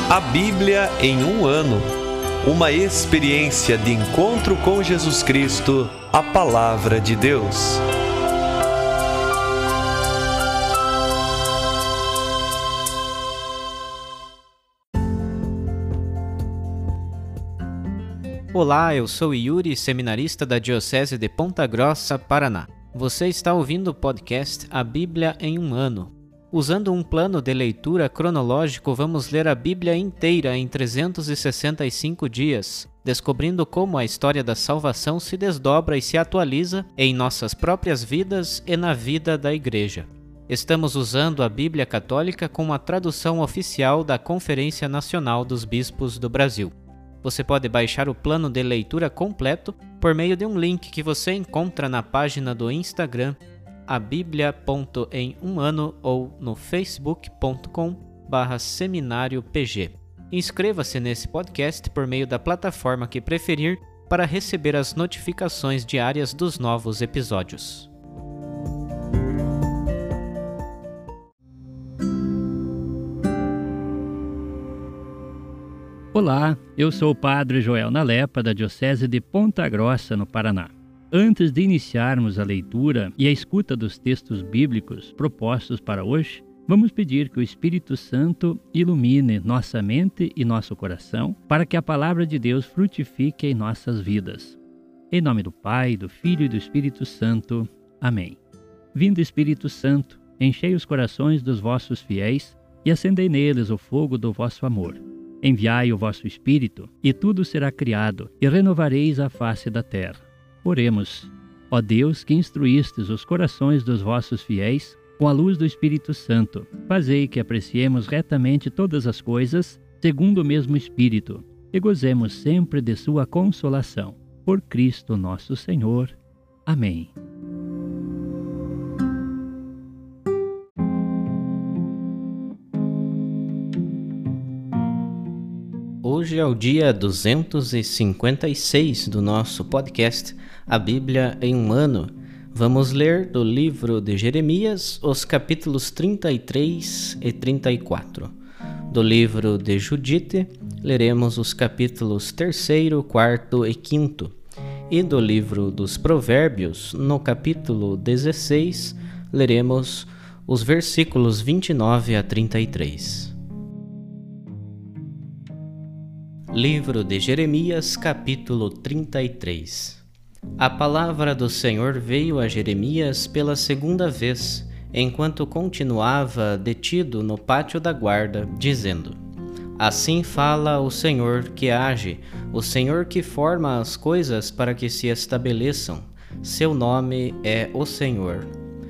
A Bíblia em um ano. Uma experiência de encontro com Jesus Cristo, a Palavra de Deus. Olá, eu sou Yuri, seminarista da Diocese de Ponta Grossa, Paraná. Você está ouvindo o podcast A Bíblia em um ano. Usando um plano de leitura cronológico, vamos ler a Bíblia inteira em 365 dias, descobrindo como a história da salvação se desdobra e se atualiza em nossas próprias vidas e na vida da Igreja. Estamos usando a Bíblia Católica com a tradução oficial da Conferência Nacional dos Bispos do Brasil. Você pode baixar o plano de leitura completo por meio de um link que você encontra na página do Instagram abiblia.emumano ou no facebook.com/seminariopg. Inscreva-se nesse podcast por meio da plataforma que preferir para receber as notificações diárias dos novos episódios. Olá, eu sou o Padre Joel Nalepa, da Diocese de Ponta Grossa, no Paraná. Antes de iniciarmos a leitura e a escuta dos textos bíblicos propostos para hoje, vamos pedir que o Espírito Santo ilumine nossa mente e nosso coração para que a Palavra de Deus frutifique em nossas vidas. Em nome do Pai, do Filho e do Espírito Santo. Amém. Vindo Espírito Santo, enchei os corações dos vossos fiéis e acendei neles o fogo do vosso amor. Enviai o vosso Espírito, e tudo será criado, e renovareis a face da terra. Oremos. Ó Deus, que instruístes os corações dos vossos fiéis com a luz do Espírito Santo, fazei que apreciemos retamente todas as coisas, segundo o mesmo Espírito, e gozemos sempre de sua consolação. Por Cristo nosso Senhor. Amém. Hoje é o dia 256 do nosso podcast A Bíblia em um ano. Vamos ler do livro de Jeremias os capítulos 33 e 34. Do livro de Judite, leremos os capítulos 3º, 4º e 5º. E do livro dos Provérbios, no capítulo 16, leremos os versículos 29 a 33. Livro de Jeremias, capítulo 33. A palavra do Senhor veio a Jeremias pela segunda vez, enquanto continuava detido no pátio da guarda, dizendo: Assim fala o Senhor que age, o Senhor que forma as coisas para que se estabeleçam. Seu nome é o Senhor.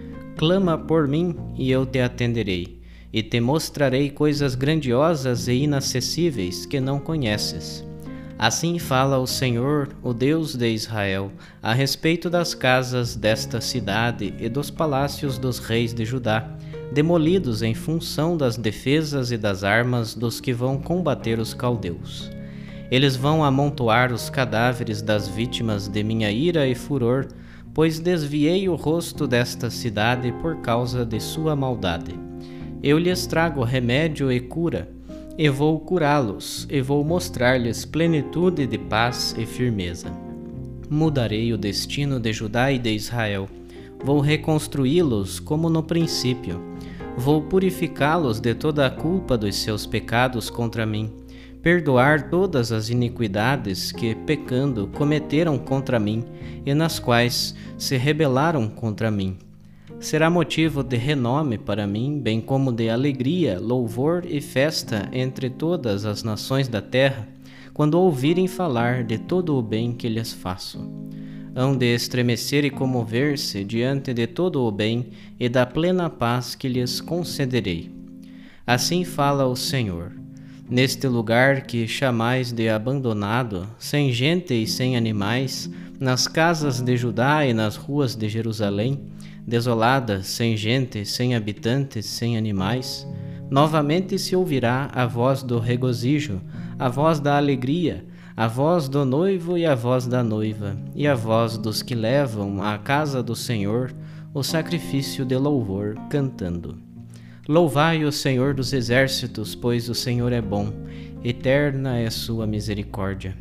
Clama por mim e eu te atenderei. E te mostrarei coisas grandiosas e inacessíveis que não conheces. Assim fala o Senhor, o Deus de Israel, a respeito das casas desta cidade e dos palácios dos reis de Judá, demolidos em função das defesas e das armas dos que vão combater os caldeus. Eles vão amontoar os cadáveres das vítimas de minha ira e furor, pois desviei o rosto desta cidade por causa de sua maldade. Eu lhes trago remédio e cura, e vou curá-los, e vou mostrar-lhes plenitude de paz e firmeza. Mudarei o destino de Judá e de Israel. Vou reconstruí-los como no princípio. Vou purificá-los de toda a culpa dos seus pecados contra mim, perdoar todas as iniquidades que, pecando, cometeram contra mim, e nas quais se rebelaram contra mim. Será motivo de renome para mim, bem como de alegria, louvor e festa entre todas as nações da terra, quando ouvirem falar de todo o bem que lhes faço. Hão de estremecer e comover-se diante de todo o bem e da plena paz que lhes concederei. Assim fala o Senhor. Neste lugar que chamais de abandonado, sem gente e sem animais, nas casas de Judá e nas ruas de Jerusalém, desolada, sem gente, sem habitantes, sem animais, novamente se ouvirá a voz do regozijo, a voz da alegria, a voz do noivo e a voz da noiva, e a voz dos que levam à casa do Senhor o sacrifício de louvor, cantando: Louvai o Senhor dos exércitos, pois o Senhor é bom, eterna é sua misericórdia.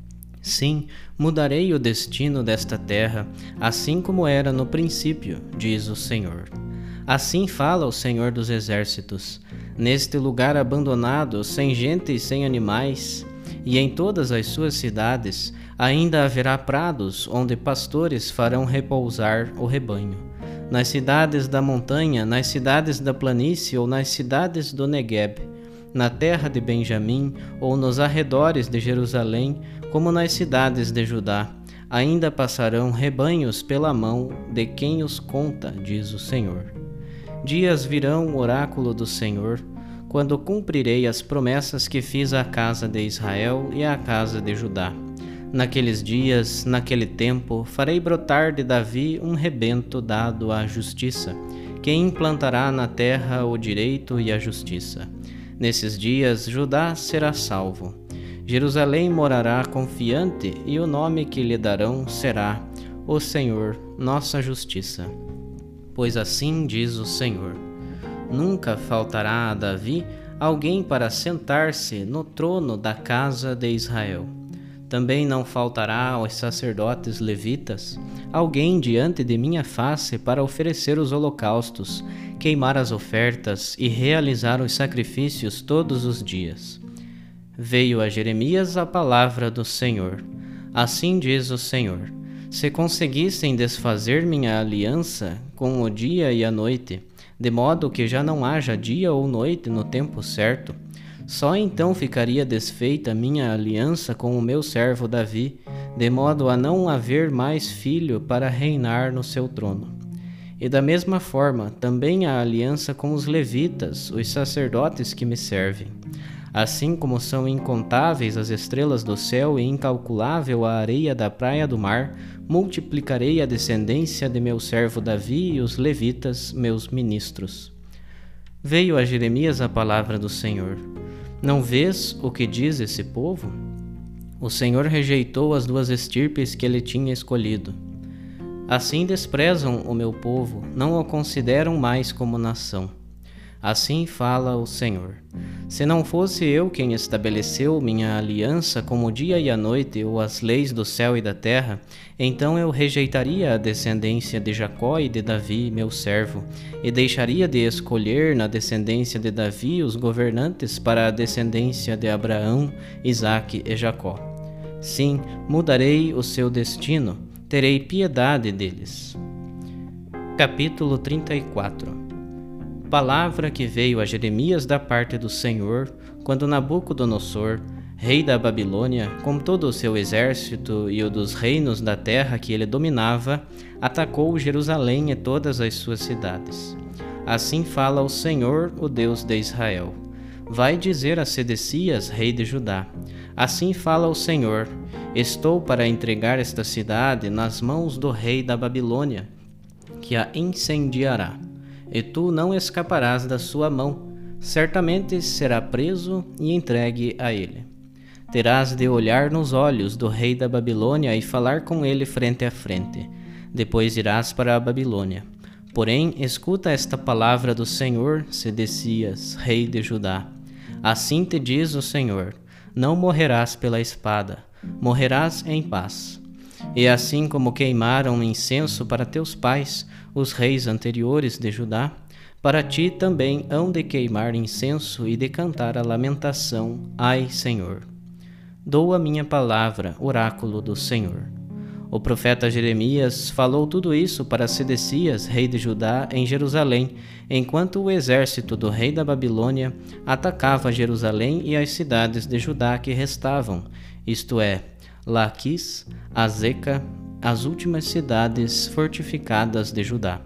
Sim, mudarei o destino desta terra, assim como era no princípio, diz o Senhor. Assim fala o Senhor dos Exércitos: neste lugar abandonado, sem gente e sem animais, e em todas as suas cidades, ainda haverá prados onde pastores farão repousar o rebanho. Nas cidades da montanha, nas cidades da planície ou nas cidades do Negueb, na terra de Benjamim ou nos arredores de Jerusalém, como nas cidades de Judá, ainda passarão rebanhos pela mão de quem os conta, diz o Senhor. Dias virão, oráculo do Senhor, quando cumprirei as promessas que fiz à casa de Israel e à casa de Judá. Naqueles dias, naquele tempo, farei brotar de Davi um rebento dado à justiça, que implantará na terra o direito e a justiça. Nesses dias, Judá será salvo. Jerusalém morará confiante, e o nome que lhe darão será: O Senhor, nossa justiça. Pois assim diz o Senhor: nunca faltará a Davi alguém para sentar-se no trono da casa de Israel. Também não faltará aos sacerdotes levitas alguém diante de minha face para oferecer os holocaustos, queimar as ofertas e realizar os sacrifícios todos os dias. Veio a Jeremias a palavra do Senhor. Assim diz o Senhor: se conseguissem desfazer minha aliança com o dia e a noite, de modo que já não haja dia ou noite no tempo certo, só então ficaria desfeita minha aliança com o meu servo Davi, de modo a não haver mais filho para reinar no seu trono. E da mesma forma, também a aliança com os levitas, os sacerdotes que me servem. Assim como são incontáveis as estrelas do céu e incalculável a areia da praia do mar, multiplicarei a descendência de meu servo Davi e os levitas, meus ministros. Veio a Jeremias a palavra do Senhor. Não vês o que diz esse povo? O Senhor rejeitou as duas estirpes que ele tinha escolhido. Assim desprezam o meu povo, não o consideram mais como nação. Assim fala o Senhor: se não fosse eu quem estabeleceu minha aliança como o dia e a noite ou as leis do céu e da terra, então eu rejeitaria a descendência de Jacó e de Davi, meu servo, e deixaria de escolher na descendência de Davi os governantes para a descendência de Abraão, Isaque e Jacó. Sim, mudarei o seu destino, terei piedade deles. Capítulo 34. Palavra que veio a Jeremias da parte do Senhor, quando Nabucodonosor, rei da Babilônia, com todo o seu exército e o dos reinos da terra que ele dominava, atacou Jerusalém e todas as suas cidades. Assim fala o Senhor, o Deus de Israel: vai dizer a Sedecias, rei de Judá: assim fala o Senhor: estou para entregar esta cidade nas mãos do rei da Babilônia, que a incendiará. E tu não escaparás da sua mão, certamente será preso e entregue a ele. Terás de olhar nos olhos do rei da Babilônia e falar com ele frente a frente. Depois irás para a Babilônia. Porém, escuta esta palavra do Senhor, Sedecias, rei de Judá. Assim te diz o Senhor: não morrerás pela espada, morrerás em paz. E assim como queimaram incenso para teus pais, os reis anteriores de Judá, para ti também hão de queimar incenso e de cantar a lamentação: ai, Senhor. Dou a minha palavra, oráculo do Senhor. O profeta Jeremias falou tudo isso para Sedecias, rei de Judá, em Jerusalém, enquanto o exército do rei da Babilônia atacava Jerusalém e as cidades de Judá que restavam, isto é, Laquis, Azeca, as últimas cidades fortificadas de Judá.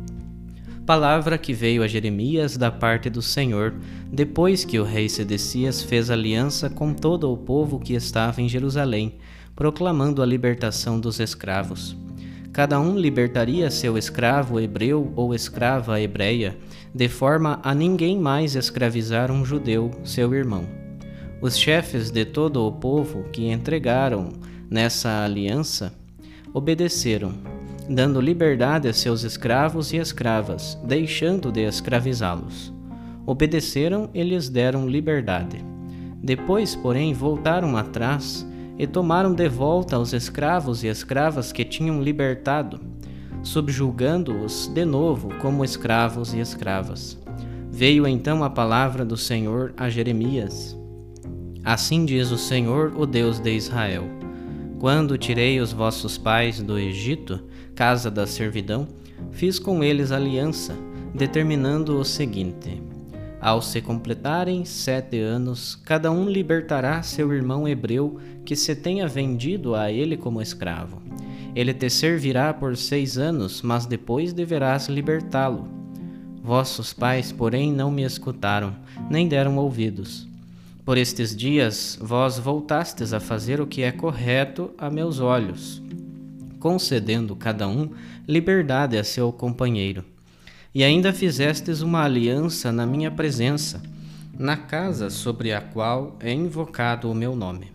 Palavra que veio a Jeremias da parte do Senhor, depois que o rei Sedecias fez aliança com todo o povo que estava em Jerusalém, proclamando a libertação dos escravos. Cada um libertaria seu escravo hebreu ou escrava hebreia, de forma a ninguém mais escravizar um judeu, seu irmão. Os chefes de todo o povo que entregaram nessa aliança obedeceram, dando liberdade a seus escravos e escravas, deixando de escravizá-los. Obedeceram e lhes deram liberdade. Depois, porém, voltaram atrás e tomaram de volta os escravos e escravas que tinham libertado, subjugando-os de novo como escravos e escravas. Veio então a palavra do Senhor a Jeremias. Assim diz o Senhor, o Deus de Israel: Quando tirei os vossos pais do Egito, casa da servidão, fiz com eles aliança, determinando o seguinte: ao se completarem 7 anos, cada um libertará seu irmão hebreu que se tenha vendido a ele como escravo. Ele te servirá por 6 anos, mas depois deverás libertá-lo. Vossos pais, porém, não me escutaram, nem deram ouvidos. Por estes dias, vós voltastes a fazer o que é correto a meus olhos, concedendo cada um liberdade a seu companheiro. E ainda fizestes uma aliança na minha presença, na casa sobre a qual é invocado o meu nome.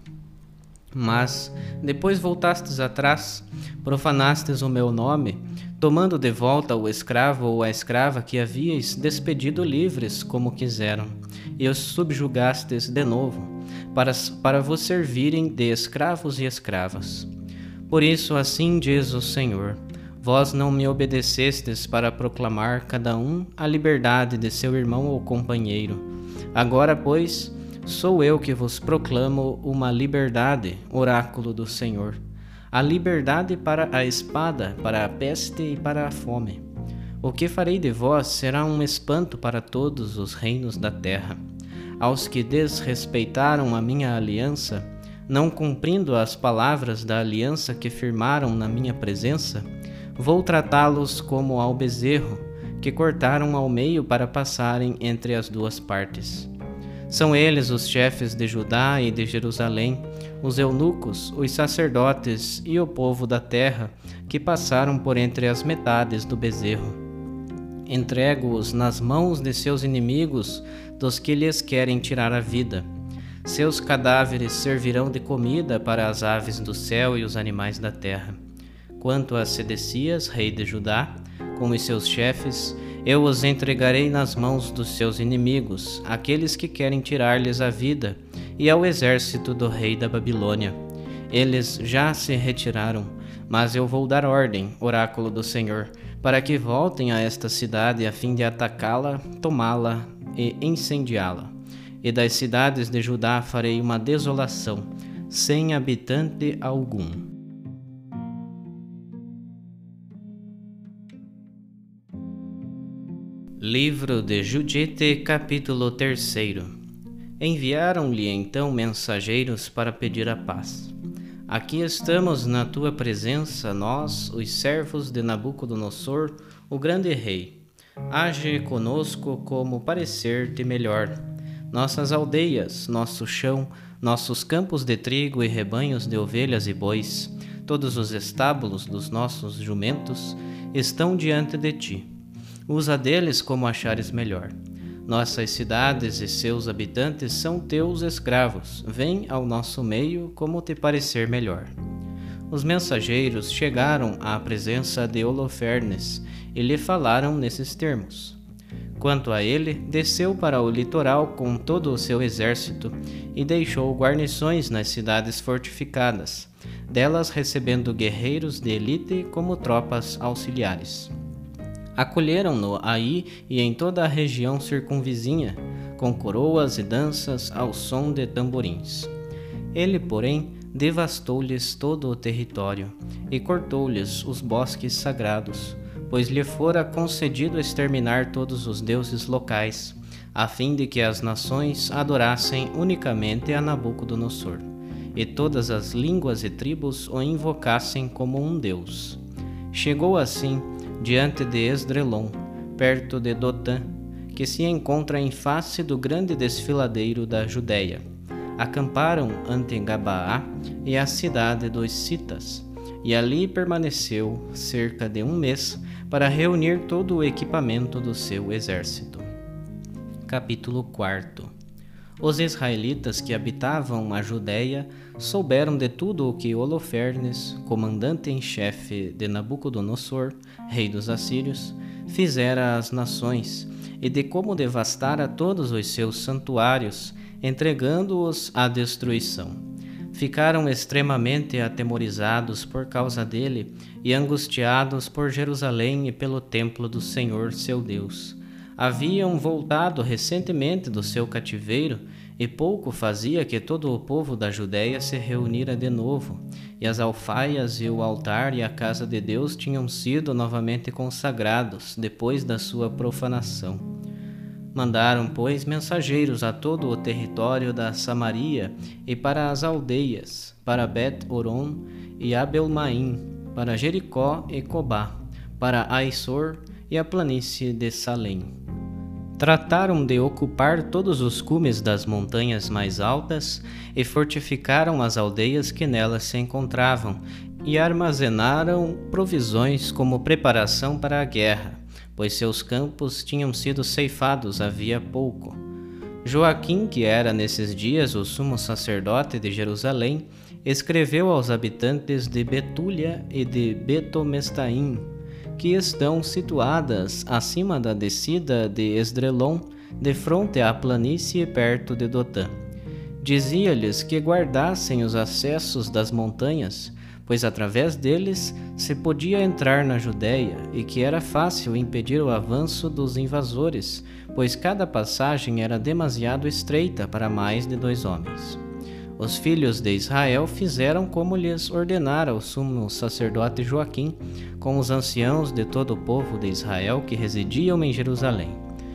Mas, depois voltastes atrás, profanastes o meu nome, tomando de volta o escravo ou a escrava que havíeis despedido livres como quiseram, e os subjugastes de novo, para vos servirem de escravos e escravas. Por isso, assim diz o Senhor: vós não me obedecestes para proclamar cada um a liberdade de seu irmão ou companheiro. Agora, pois, sou eu que vos proclamo uma liberdade, oráculo do Senhor. A liberdade para a espada, para a peste e para a fome. O que farei de vós será um espanto para todos os reinos da terra. Aos que desrespeitaram a minha aliança, não cumprindo as palavras da aliança que firmaram na minha presença, vou tratá-los como ao bezerro, que cortaram ao meio para passarem entre as duas partes. São eles os chefes de Judá e de Jerusalém, os eunucos, os sacerdotes e o povo da terra, que passaram por entre as metades do bezerro. Entrego-os nas mãos de seus inimigos, dos que lhes querem tirar a vida. Seus cadáveres servirão de comida para as aves do céu e os animais da terra. Quanto a Sedecias, rei de Judá, com os seus chefes, eu os entregarei nas mãos dos seus inimigos, aqueles que querem tirar-lhes a vida, e ao exército do rei da Babilônia. Eles já se retiraram, mas eu vou dar ordem, oráculo do Senhor, para que voltem a esta cidade a fim de atacá-la, tomá-la e incendiá-la. E das cidades de Judá farei uma desolação, sem habitante algum. Livro de Judite, capítulo 3. Enviaram-lhe então mensageiros para pedir a paz. Aqui estamos na tua presença, nós, os servos de Nabucodonosor, o grande rei. Age conosco como parecer-te melhor. Nossas aldeias, nosso chão, nossos campos de trigo e rebanhos de ovelhas e bois, todos os estábulos dos nossos jumentos estão diante de ti. Usa deles como achares melhor. Nossas cidades e seus habitantes são teus escravos. Vem ao nosso meio como te parecer melhor. Os mensageiros chegaram à presença de Holofernes e lhe falaram nesses termos. Quanto a ele, desceu para o litoral com todo o seu exército e deixou guarnições nas cidades fortificadas, delas recebendo guerreiros de elite como tropas auxiliares. Acolheram-no aí e em toda a região circunvizinha, com coroas e danças ao som de tamborins. Ele, porém, devastou-lhes todo o território e cortou-lhes os bosques sagrados, pois lhe fora concedido exterminar todos os deuses locais, a fim de que as nações adorassem unicamente a Nabucodonosor, e todas as línguas e tribos o invocassem como um deus. Chegou assim diante de Esdrelon, perto de Dotã, que se encontra em face do grande desfiladeiro da Judéia. Acamparam ante Gabaá e a cidade dos Citas, e ali permaneceu cerca de 1 mês para reunir todo o equipamento do seu exército. Capítulo 4. Os israelitas que habitavam a Judéia souberam de tudo o que Holofernes, comandante em chefe de Nabucodonosor, rei dos assírios, fizera às nações, e de como devastara todos os seus santuários, entregando-os à destruição. Ficaram extremamente atemorizados por causa dele e angustiados por Jerusalém e pelo templo do Senhor seu Deus. Haviam voltado recentemente do seu cativeiro e pouco fazia que todo o povo da Judéia se reunira de novo, e as alfaias e o altar e a casa de Deus tinham sido novamente consagrados depois da sua profanação. Mandaram, pois, mensageiros a todo o território da Samaria e para as aldeias, para Bet-Horon e Abel-Maim, para Jericó e Cobá, para Aissor e a planície de Salém. Trataram de ocupar todos os cumes das montanhas mais altas e fortificaram as aldeias que nelas se encontravam e armazenaram provisões como preparação para a guerra, pois seus campos tinham sido ceifados havia pouco. Joaquim, que era nesses dias o sumo sacerdote de Jerusalém, escreveu aos habitantes de Betúlia e de Betomestaim, que estão situadas acima da descida de Esdrelon, de fronte à planície perto de Dotã. Dizia-lhes que guardassem os acessos das montanhas, pois através deles se podia entrar na Judéia e que era fácil impedir o avanço dos invasores, pois cada passagem era demasiado estreita para mais de 2 homens. Os filhos de Israel fizeram como lhes ordenara o sumo sacerdote Joaquim, com os anciãos de todo o povo de Israel que residiam em Jerusalém.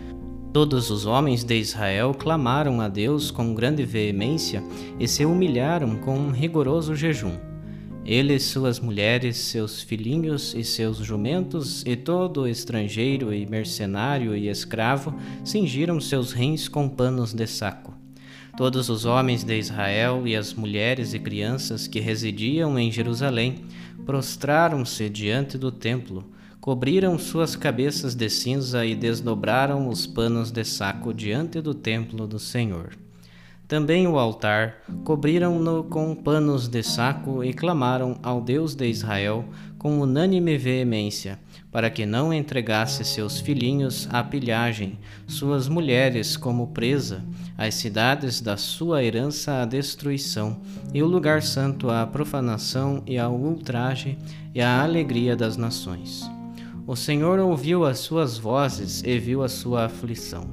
Todos os homens de Israel clamaram a Deus com grande veemência e se humilharam com um rigoroso jejum. Eles, suas mulheres, seus filhinhos e seus jumentos, e todo estrangeiro e mercenário e escravo, cingiram seus rins com panos de saco. Todos os homens de Israel e as mulheres e crianças que residiam em Jerusalém prostraram-se diante do templo, cobriram suas cabeças de cinza e desdobraram os panos de saco diante do templo do Senhor. Também o altar cobriram-no com panos de saco e clamaram ao Deus de Israel com unânime veemência, para que não entregasse seus filhinhos à pilhagem, suas mulheres como presa, as cidades da sua herança à destruição, e o lugar santo à profanação e ao ultraje e à alegria das nações. O Senhor ouviu as suas vozes e viu a sua aflição.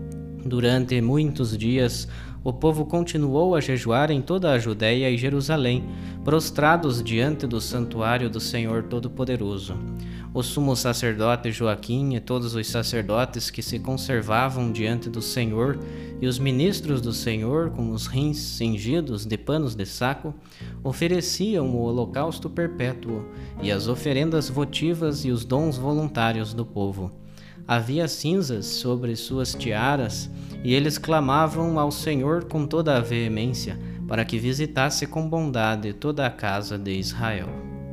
Durante muitos dias, o povo continuou a jejuar em toda a Judéia e Jerusalém, prostrados diante do santuário do Senhor Todo-Poderoso. O sumo sacerdote Joaquim e todos os sacerdotes que se conservavam diante do Senhor e os ministros do Senhor, com os rins cingidos de panos de saco, ofereciam o holocausto perpétuo e as oferendas votivas e os dons voluntários do povo. Havia cinzas sobre suas tiaras, e eles clamavam ao Senhor com toda a veemência, para que visitasse com bondade toda a casa de Israel.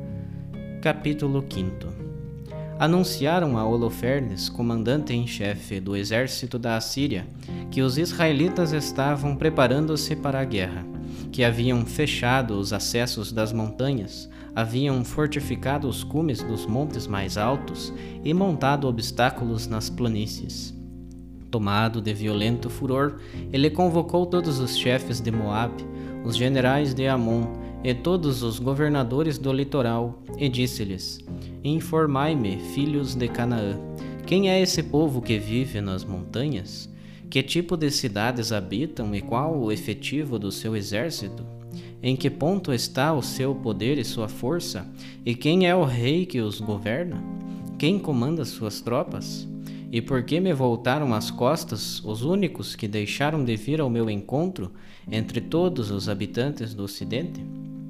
Capítulo 5. Anunciaram a Holofernes, comandante em chefe do exército da Assíria, que os israelitas estavam preparando-se para a guerra, que haviam fechado os acessos das montanhas, haviam fortificado os cumes dos montes mais altos e montado obstáculos nas planícies. Tomado de violento furor, ele convocou todos os chefes de Moabe, os generais de Amon e todos os governadores do litoral, e disse-lhes: Informai-me, filhos de Canaã, quem é esse povo que vive nas montanhas? Que tipo de cidades habitam e qual o efetivo do seu exército? Em que ponto está o seu poder e sua força? E quem é o rei que os governa? Quem comanda suas tropas? E por que me voltaram as costas os únicos que deixaram de vir ao meu encontro entre todos os habitantes do ocidente?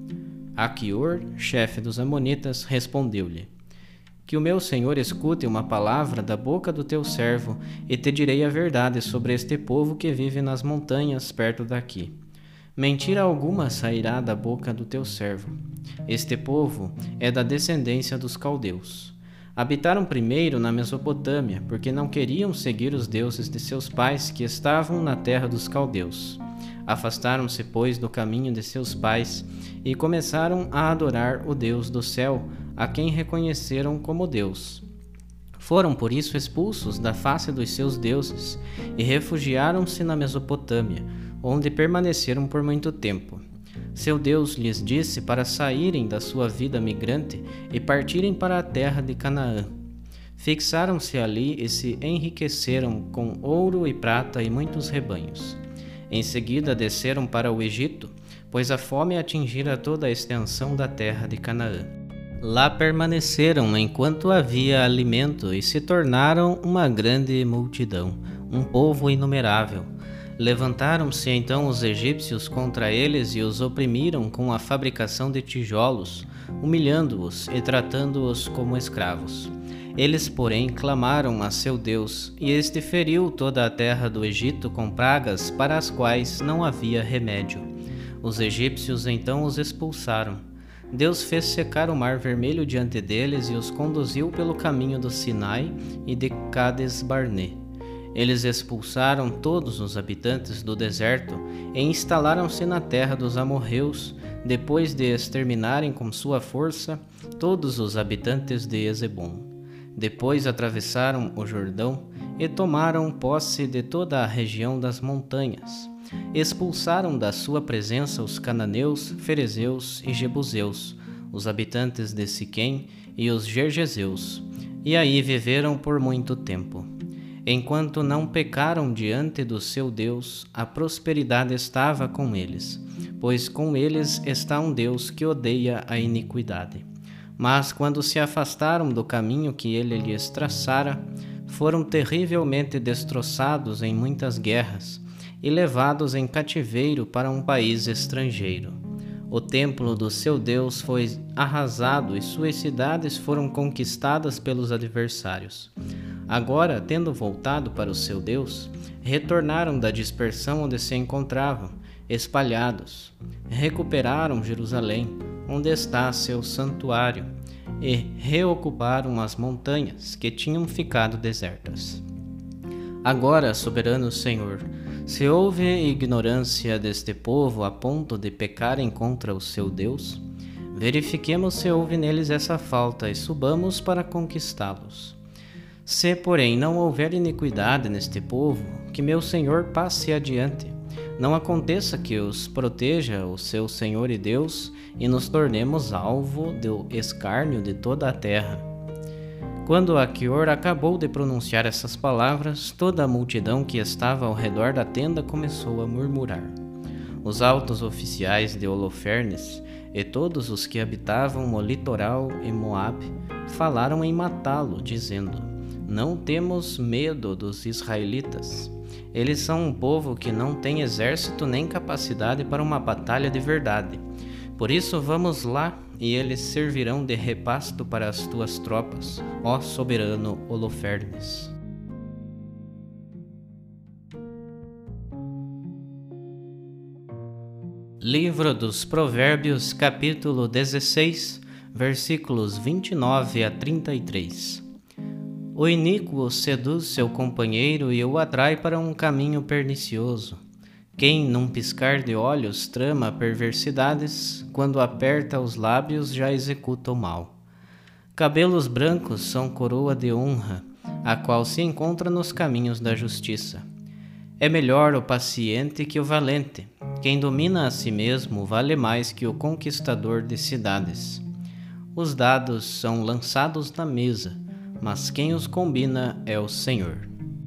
Aquior, chefe dos amonitas, respondeu-lhe: Que o meu senhor escute uma palavra da boca do teu servo, e te direi a verdade sobre este povo que vive nas montanhas perto daqui. Mentira alguma sairá da boca do teu servo. Este povo é da descendência dos caldeus. Habitaram primeiro na Mesopotâmia, porque não queriam seguir os deuses de seus pais que estavam na terra dos caldeus. Afastaram-se, pois, do caminho de seus pais e começaram a adorar o Deus do céu, a quem reconheceram como Deus. Foram por isso expulsos da face dos seus deuses e refugiaram-se na Mesopotâmia, onde permaneceram por muito tempo. Seu Deus lhes disse para saírem da sua vida migrante e partirem para a terra de Canaã. Fixaram-se ali e se enriqueceram com ouro e prata e muitos rebanhos. Em seguida desceram para o Egito, pois a fome atingira toda a extensão da terra de Canaã. Lá permaneceram enquanto havia alimento e se tornaram uma grande multidão, um povo inumerável. Levantaram-se então os egípcios contra eles e os oprimiram com a fabricação de tijolos, humilhando-os e tratando-os como escravos. Eles, porém, clamaram a seu Deus, e este feriu toda a terra do Egito com pragas para as quais não havia remédio. Os egípcios então os expulsaram. Deus fez secar o mar vermelho diante deles e os conduziu pelo caminho do Sinai e de Cades Barnê. Eles expulsaram todos os habitantes do deserto e instalaram-se na terra dos amorreus, depois de exterminarem com sua força todos os habitantes de Ezebom. Depois atravessaram o Jordão e tomaram posse de toda a região das montanhas. Expulsaram da sua presença os cananeus, ferezeus e jebuseus, os habitantes de Siquém e os gergeseus, e aí viveram por muito tempo. Enquanto não pecaram diante do seu Deus, a prosperidade estava com eles, pois com eles está um Deus que odeia a iniquidade. Mas quando se afastaram do caminho que ele lhes traçara, foram terrivelmente destroçados em muitas guerras e levados em cativeiro para um país estrangeiro. O templo do seu Deus foi arrasado e suas cidades foram conquistadas pelos adversários. Agora, tendo voltado para o seu Deus, retornaram da dispersão onde se encontravam, espalhados. Recuperaram Jerusalém, onde está seu santuário, e reocuparam as montanhas que tinham ficado desertas. Agora, soberano Senhor, se houve ignorância deste povo a ponto de pecarem contra o seu Deus, verifiquemos se houve neles essa falta e subamos para conquistá-los. Se, porém, não houver iniquidade neste povo, que meu Senhor passe adiante. Não aconteça que os proteja o seu Senhor e Deus e nos tornemos alvo do escárnio de toda a terra. Quando Aquior acabou de pronunciar essas palavras, toda a multidão que estava ao redor da tenda começou a murmurar. Os altos oficiais de Holofernes e todos os que habitavam o litoral e Moabe falaram em matá-lo, dizendo: Não temos medo dos israelitas. Eles são um povo que não tem exército nem capacidade para uma batalha de verdade. Por isso vamos lá e eles servirão de repasto para as tuas tropas, ó soberano Holofernes. Livro dos Provérbios, capítulo 16, versículos 29 a 33. O iníquo seduz seu companheiro e o atrai para um caminho pernicioso. Quem, num piscar de olhos, trama perversidades, quando aperta os lábios já executa o mal. Cabelos brancos são coroa de honra, a qual se encontra nos caminhos da justiça. É melhor o paciente que o valente. Quem domina a si mesmo vale mais que o conquistador de cidades. Os dados são lançados na mesa, mas quem os combina é o Senhor.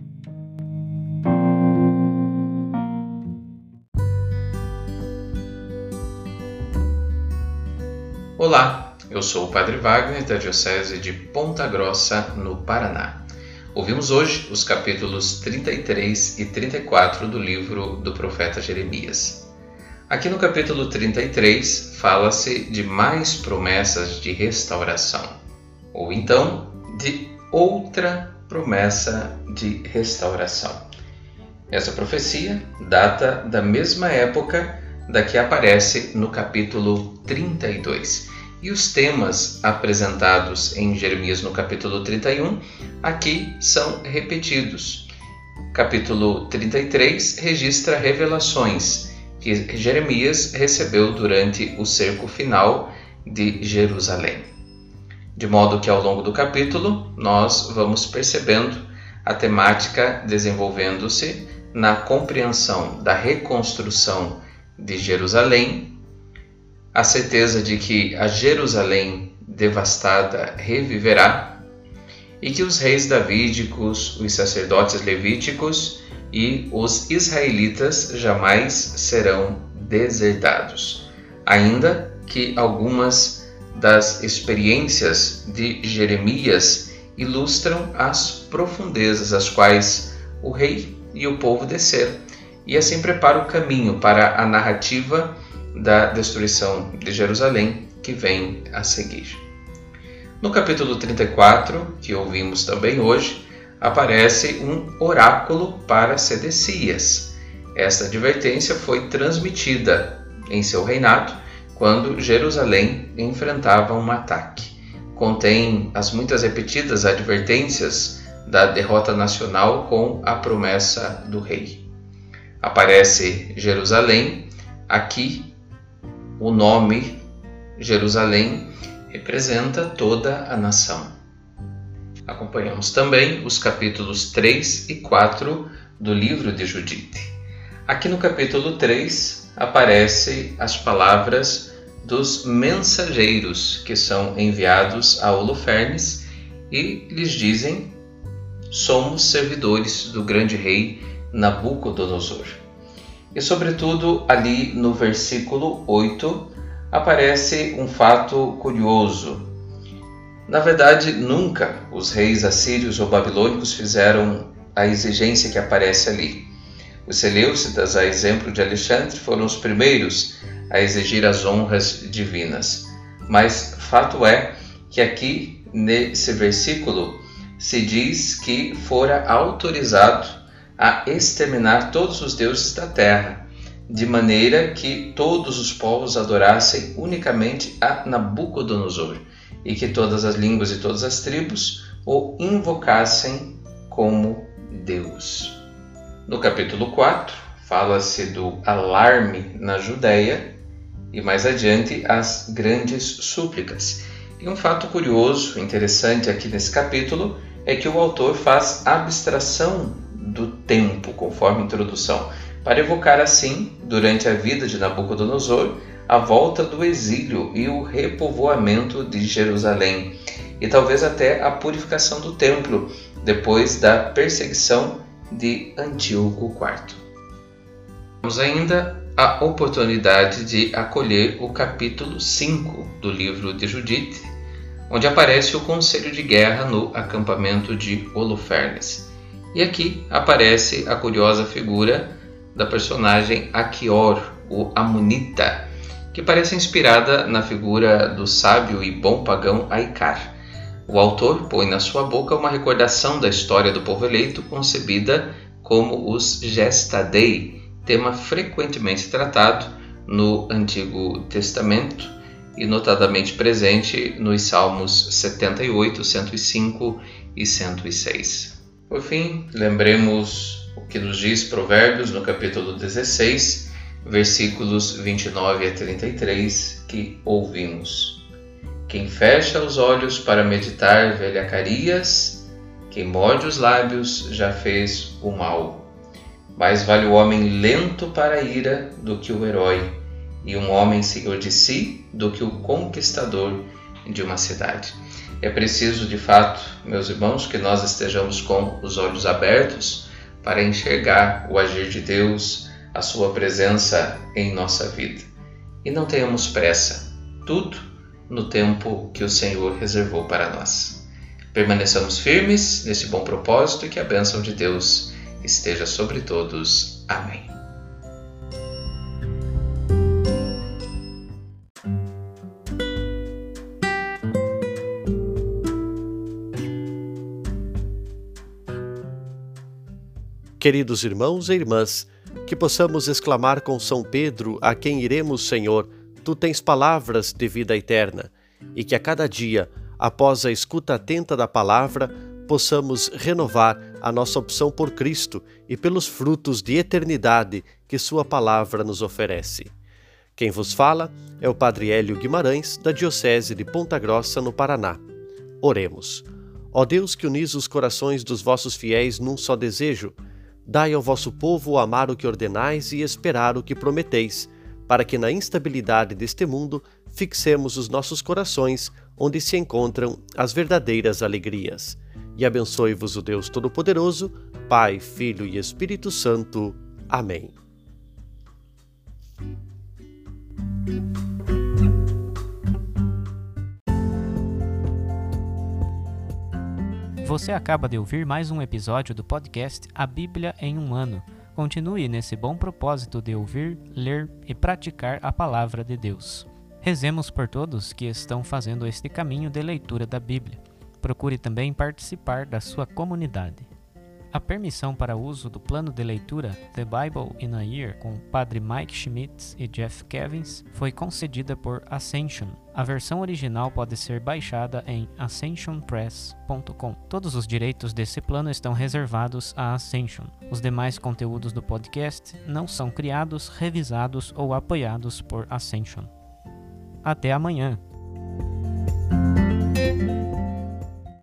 Olá, eu sou o Padre Wagner da Diocese de Ponta Grossa, no Paraná. Ouvimos hoje os capítulos 33 e 34 do livro do profeta Jeremias. Aqui no capítulo 33 fala-se de mais promessas de restauração, ou então de outra promessa de restauração. Essa profecia data da mesma época da que aparece no capítulo 32. E os temas apresentados em Jeremias no capítulo 31 aqui são repetidos. Capítulo 33 registra revelações que Jeremias recebeu durante o cerco final de Jerusalém. De modo que ao longo do capítulo nós vamos percebendo a temática desenvolvendo-se na compreensão da reconstrução de Jerusalém, a certeza de que a Jerusalém devastada reviverá e que os reis davídicos, os sacerdotes levíticos e os israelitas jamais serão deserdados. Ainda que algumas das experiências de Jeremias ilustram as profundezas às quais o rei e o povo desceram, e assim prepara o caminho para a narrativa da destruição de Jerusalém que vem a seguir. No capítulo 34, que ouvimos também hoje, aparece um oráculo para Sedecias. Esta advertência foi transmitida em seu reinado, quando Jerusalém enfrentava um ataque. Contém as muitas repetidas advertências da derrota nacional com a promessa do rei. Aparece Jerusalém. Aqui, o nome Jerusalém representa toda a nação. Acompanhamos também os capítulos 3 e 4 do livro de Judite. Aqui no capítulo 3 aparecem as palavras dos mensageiros que são enviados a Holofernes e lhes dizem: somos servidores do grande rei Nabucodonosor. E sobretudo ali no versículo 8 aparece um fato curioso. Na verdade, nunca os reis assírios ou babilônicos fizeram a exigência que aparece ali. Os seleucidas, a exemplo de Alexandre, foram os primeiros a exigir as honras divinas. Mas fato é que aqui, nesse versículo, se diz que fora autorizado a exterminar todos os deuses da terra, de maneira que todos os povos adorassem unicamente a Nabucodonosor, e que todas as línguas e todas as tribos o invocassem como Deus. No capítulo 4, fala-se do alarme na Judéia e mais adiante as grandes súplicas. E um fato curioso, interessante aqui nesse capítulo, é que o autor faz abstração do tempo, conforme a introdução, para evocar assim, durante a vida de Nabucodonosor, a volta do exílio e o repovoamento de Jerusalém, e talvez até a purificação do templo, depois da perseguição de Antíoco IV. Temos ainda a oportunidade de acolher o capítulo 5 do livro de Judite, onde aparece o conselho de guerra no acampamento de Holofernes. E aqui aparece a curiosa figura da personagem Aquior, o Amonita, que parece inspirada na figura do sábio e bom pagão Aicar. O autor põe na sua boca uma recordação da história do povo eleito, concebida como os Gesta Dei, tema frequentemente tratado no Antigo Testamento e notadamente presente nos Salmos 78, 105 e 106. Por fim, lembremos o que nos diz Provérbios no capítulo 16, versículos 29 a 33, que ouvimos. Quem fecha os olhos para meditar velhacarias, quem morde os lábios já fez o mal. Mais vale o homem lento para a ira do que o herói, e um homem senhor de si do que o conquistador de uma cidade. É preciso, de fato, meus irmãos, que nós estejamos com os olhos abertos para enxergar o agir de Deus, a sua presença em nossa vida. E não tenhamos pressa, tudo no tempo que o Senhor reservou para nós. Permaneçamos firmes nesse bom propósito e que a bênção de Deus esteja sobre todos. Amém. Queridos irmãos e irmãs, que possamos exclamar com São Pedro, a quem iremos, Senhor, Tu tens palavras de vida eterna, e que a cada dia, após a escuta atenta da palavra, possamos renovar a nossa opção por Cristo e pelos frutos de eternidade que Sua palavra nos oferece. Quem vos fala é o Padre Hélio Guimarães, da Diocese de Ponta Grossa, no Paraná. Oremos. Ó Deus, que unis os corações dos vossos fiéis num só desejo, Dai ao vosso povo amar o que ordenais e esperar o que prometeis, para que na instabilidade deste mundo fixemos os nossos corações onde se encontram as verdadeiras alegrias. E abençoe-vos o Deus Todo-Poderoso, Pai, Filho e Espírito Santo. Amém. Você acaba de ouvir mais um episódio do podcast A Bíblia em um Ano. Continue nesse bom propósito de ouvir, ler e praticar a Palavra de Deus. Rezemos por todos que estão fazendo este caminho de leitura da Bíblia. Procure também participar da sua comunidade. A permissão para uso do plano de leitura The Bible in a Year com o Padre Mike Schmitz e Jeff Cavins foi concedida por Ascension. A versão original pode ser baixada em ascensionpress.com. Todos os direitos desse plano estão reservados à Ascension. Os demais conteúdos do podcast não são criados, revisados ou apoiados por Ascension. Até amanhã!